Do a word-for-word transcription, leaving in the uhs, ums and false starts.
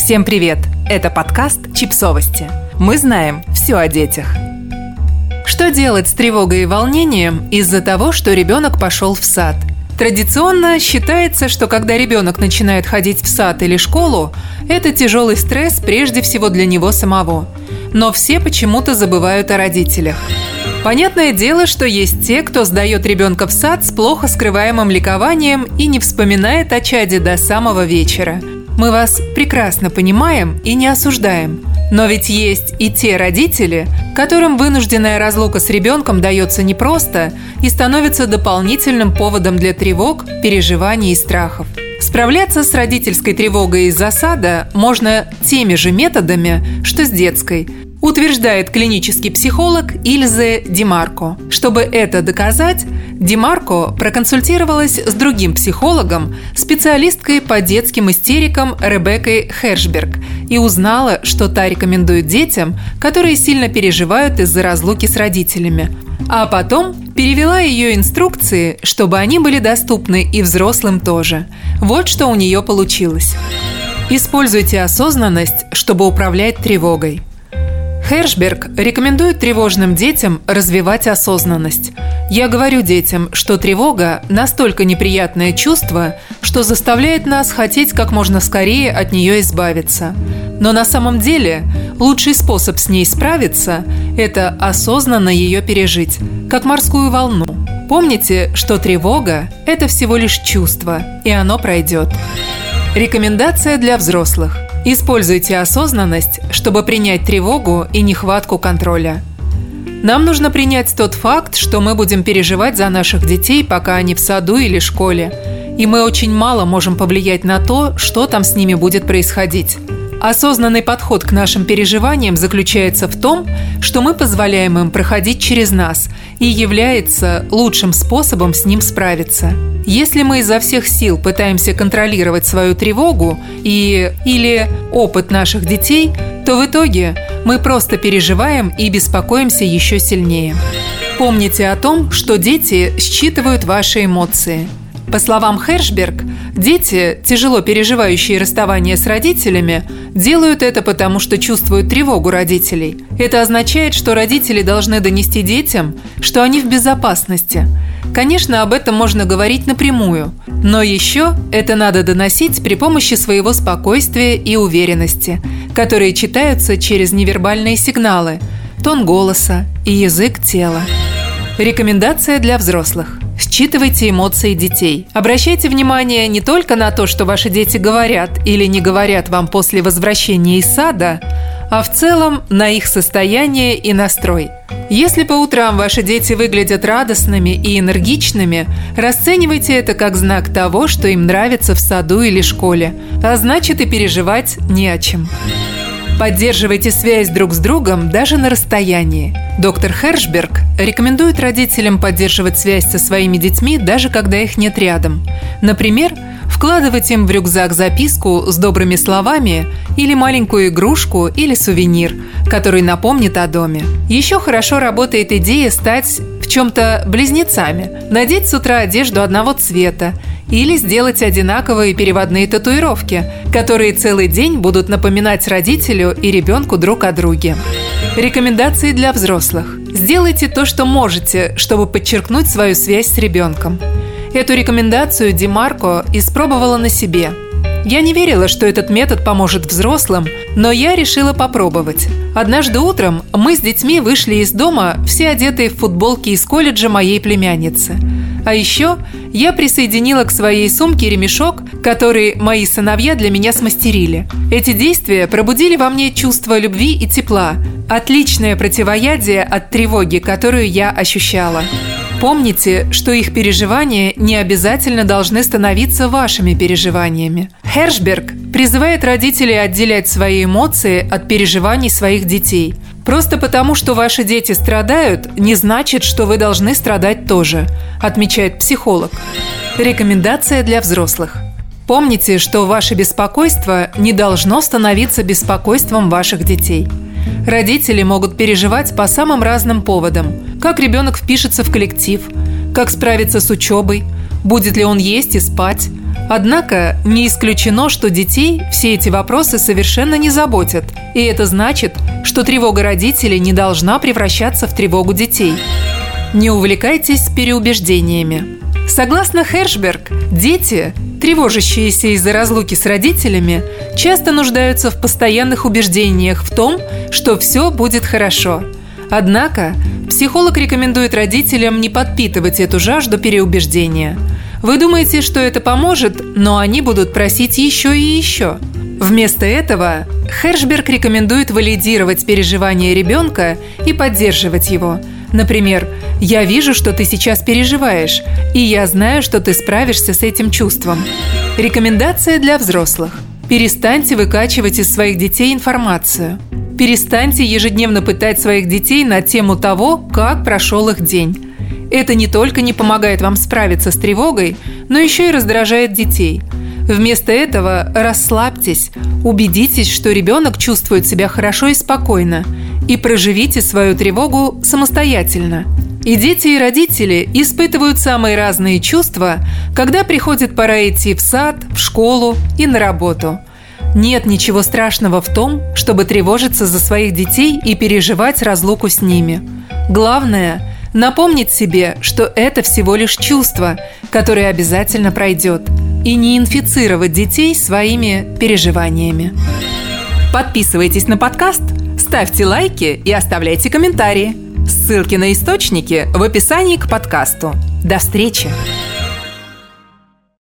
Всем привет! Это подкаст «Чипсовости». Мы знаем все о детях. Что делать с тревогой и волнением из-за того, что ребенок пошел в сад? Традиционно считается, что когда ребенок начинает ходить в сад или школу, это тяжелый стресс прежде всего для него самого. Но все почему-то забывают о родителях. Понятное дело, что есть те, кто сдает ребенка в сад с плохо скрываемым ликованием и не вспоминает о чаде до самого вечера. Мы вас прекрасно понимаем и не осуждаем. Но ведь есть и те родители, которым вынужденная разлука с ребенком дается непросто и становится дополнительным поводом для тревог, переживаний и страхов. Справляться с родительской тревогой из-за сада можно теми же методами, что с детской, утверждает клинический психолог Ильзе Димарко. Чтобы это доказать, Димарко проконсультировалась с другим психологом, специалисткой по детским истерикам Ребеккой Хершберг, и узнала, что та рекомендует детям, которые сильно переживают из-за разлуки с родителями. А потом перевела ее инструкции, чтобы они были доступны и взрослым тоже. Вот что у нее получилось. Используйте осознанность, чтобы управлять тревогой. Хершберг рекомендует тревожным детям развивать осознанность. Я говорю детям, что тревога – настолько неприятное чувство, что заставляет нас хотеть как можно скорее от нее избавиться. Но на самом деле лучший способ с ней справиться – это осознанно ее пережить, как морскую волну. Помните, что тревога – это всего лишь чувство, и оно пройдет. Рекомендация для взрослых. Используйте осознанность, чтобы принять тревогу и нехватку контроля. Нам нужно принять тот факт, что мы будем переживать за наших детей, пока они в саду или школе, и мы очень мало можем повлиять на то, что там с ними будет происходить. Осознанный подход к нашим переживаниям заключается в том, что мы позволяем им проходить через нас и является лучшим способом с ним справиться. Если мы изо всех сил пытаемся контролировать свою тревогу и или опыт наших детей, то в итоге мы просто переживаем и беспокоимся еще сильнее. Помните о том, что дети считывают ваши эмоции. По словам Хершберг, дети, тяжело переживающие расставание с родителями, делают это потому, что чувствуют тревогу родителей. Это означает, что родители должны донести детям, что они в безопасности. Конечно, об этом можно говорить напрямую, но еще это надо доносить при помощи своего спокойствия и уверенности, которые читаются через невербальные сигналы, тон голоса и язык тела. Рекомендация для взрослых. Считывайте эмоции детей. Обращайте внимание не только на то, что ваши дети говорят или не говорят вам после возвращения из сада, а в целом на их состояние и настрой. Если по утрам ваши дети выглядят радостными и энергичными, расценивайте это как знак того, что им нравится в саду или школе, а значит и переживать не о чем. Поддерживайте связь друг с другом даже на расстоянии. Доктор Хершберг рекомендует родителям поддерживать связь со своими детьми, даже когда их нет рядом. Например, вкладывать им в рюкзак записку с добрыми словами или маленькую игрушку или сувенир, который напомнит о доме. Еще хорошо работает идея стать в чем-то близнецами, надеть с утра одежду одного цвета или сделать одинаковые переводные татуировки, которые целый день будут напоминать родителю и ребенку друг о друге. Рекомендации для взрослых. Сделайте то, что можете, чтобы подчеркнуть свою связь с ребенком. Эту рекомендацию Димарко испробовала на себе. Я не верила, что этот метод поможет взрослым, но я решила попробовать. Однажды утром мы с детьми вышли из дома, все одетые в футболки из колледжа моей племянницы. А еще я присоединила к своей сумке ремешок, который мои сыновья для меня смастерили. Эти действия пробудили во мне чувство любви и тепла. Отличное противоядие от тревоги, которую я ощущала. Помните, что их переживания не обязательно должны становиться вашими переживаниями. Хершберг призывает родителей отделять свои эмоции от переживаний своих детей. Просто потому, что ваши дети страдают, не значит, что вы должны страдать тоже, отмечает психолог. Рекомендация для взрослых. Помните, что ваше беспокойство не должно становиться беспокойством ваших детей. Родители могут переживать по самым разным поводам. Как ребенок впишется в коллектив, как справиться с учебой, будет ли он есть и спать, Однако не исключено, что детей все эти вопросы совершенно не заботят, и это значит, что тревога родителей не должна превращаться в тревогу детей. Не увлекайтесь переубеждениями. Согласно Хершберг, дети, тревожащиеся из-за разлуки с родителями, часто нуждаются в постоянных убеждениях в том, что все будет хорошо. Однако психолог рекомендует родителям не подпитывать эту жажду переубеждения. Вы думаете, что это поможет, но они будут просить еще и еще. Вместо этого Хершберг рекомендует валидировать переживания ребенка и поддерживать его. Например, «Я вижу, что ты сейчас переживаешь, и я знаю, что ты справишься с этим чувством». Рекомендация для взрослых. Перестаньте выкачивать из своих детей информацию. Перестаньте ежедневно пытать своих детей на тему того, как прошел их день. Это не только не помогает вам справиться с тревогой, но еще и раздражает детей. Вместо этого расслабьтесь, убедитесь, что ребенок чувствует себя хорошо и спокойно, и проживите свою тревогу самостоятельно. И дети, и родители испытывают самые разные чувства, когда приходит пора идти в сад, в школу и на работу. Нет ничего страшного в том, чтобы тревожиться за своих детей и переживать разлуку с ними. Главное – напомнить себе, что это всего лишь чувство, которое обязательно пройдет, и не инфицировать детей своими переживаниями. Подписывайтесь на подкаст, ставьте лайки и оставляйте комментарии. Ссылки на источники в описании к подкасту. До встречи!